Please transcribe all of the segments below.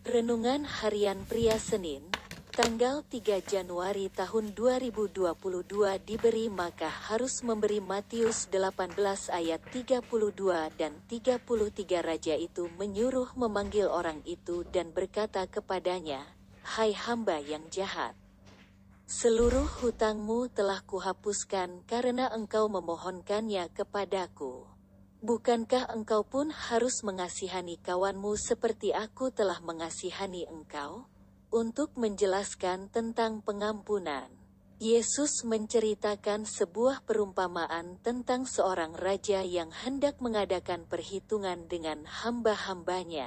Renungan Harian Pria Senin, tanggal 3 Januari tahun 2022 diberi maka harus memberi Matius 18 ayat 32 dan 33. Raja itu menyuruh memanggil orang itu dan berkata kepadanya, "Hai hamba yang jahat, seluruh hutangmu telah kuhapuskan karena engkau memohonkannya kepadaku. Bukankah engkau pun harus mengasihani kawanmu seperti aku telah mengasihani engkau?" Untuk menjelaskan tentang pengampunan, Yesus menceritakan sebuah perumpamaan tentang seorang raja yang hendak mengadakan perhitungan dengan hamba-hambanya.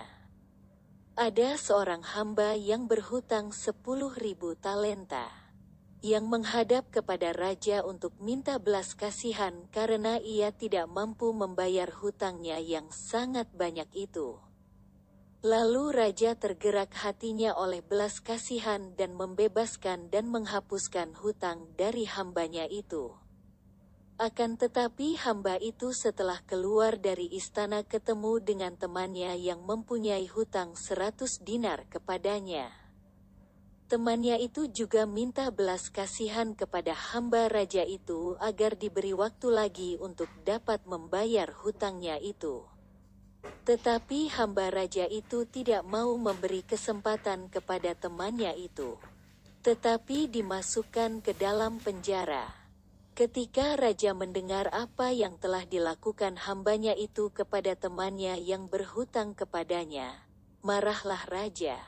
Ada seorang hamba yang berhutang 10.000 talenta, yang menghadap kepada raja untuk minta belas kasihan karena ia tidak mampu membayar hutangnya yang sangat banyak itu. Lalu raja tergerak hatinya oleh belas kasihan dan membebaskan dan menghapuskan hutang dari hambanya itu. Akan tetapi hamba itu setelah keluar dari istana ketemu dengan temannya yang mempunyai hutang 100 dinar kepadanya. Temannya itu juga minta belas kasihan kepada hamba raja itu agar diberi waktu lagi untuk dapat membayar hutangnya itu. Tetapi hamba raja itu tidak mau memberi kesempatan kepada temannya itu, tetapi dimasukkan ke dalam penjara. Ketika raja mendengar apa yang telah dilakukan hambanya itu kepada temannya yang berhutang kepadanya, marahlah raja.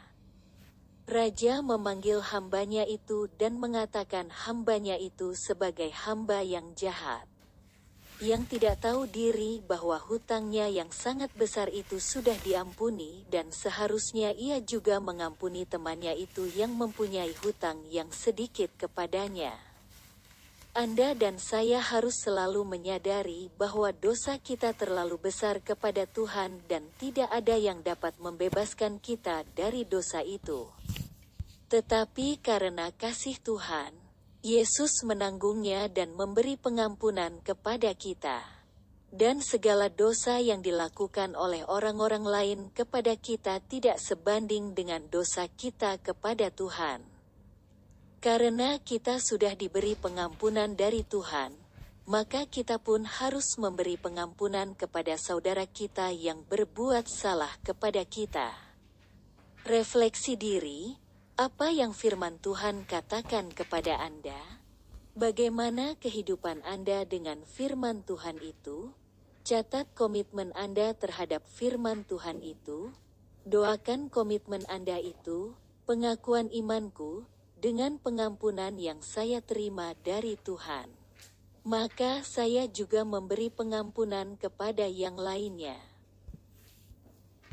Raja memanggil hambanya itu dan mengatakan hambanya itu sebagai hamba yang jahat, yang tidak tahu diri bahwa hutangnya yang sangat besar itu sudah diampuni dan seharusnya ia juga mengampuni temannya itu yang mempunyai hutang yang sedikit kepadanya. Anda dan saya harus selalu menyadari bahwa dosa kita terlalu besar kepada Tuhan dan tidak ada yang dapat membebaskan kita dari dosa itu. Tetapi karena kasih Tuhan, Yesus menanggungnya dan memberi pengampunan kepada kita. Dan segala dosa yang dilakukan oleh orang-orang lain kepada kita tidak sebanding dengan dosa kita kepada Tuhan. Karena kita sudah diberi pengampunan dari Tuhan, maka kita pun harus memberi pengampunan kepada saudara kita yang berbuat salah kepada kita. Refleksi diri. Apa yang firman Tuhan katakan kepada Anda? Bagaimana kehidupan Anda dengan firman Tuhan itu? Catat komitmen Anda terhadap firman Tuhan itu. Doakan komitmen Anda itu, pengakuan imanku, dengan pengampunan yang saya terima dari Tuhan. Maka saya juga memberi pengampunan kepada yang lainnya.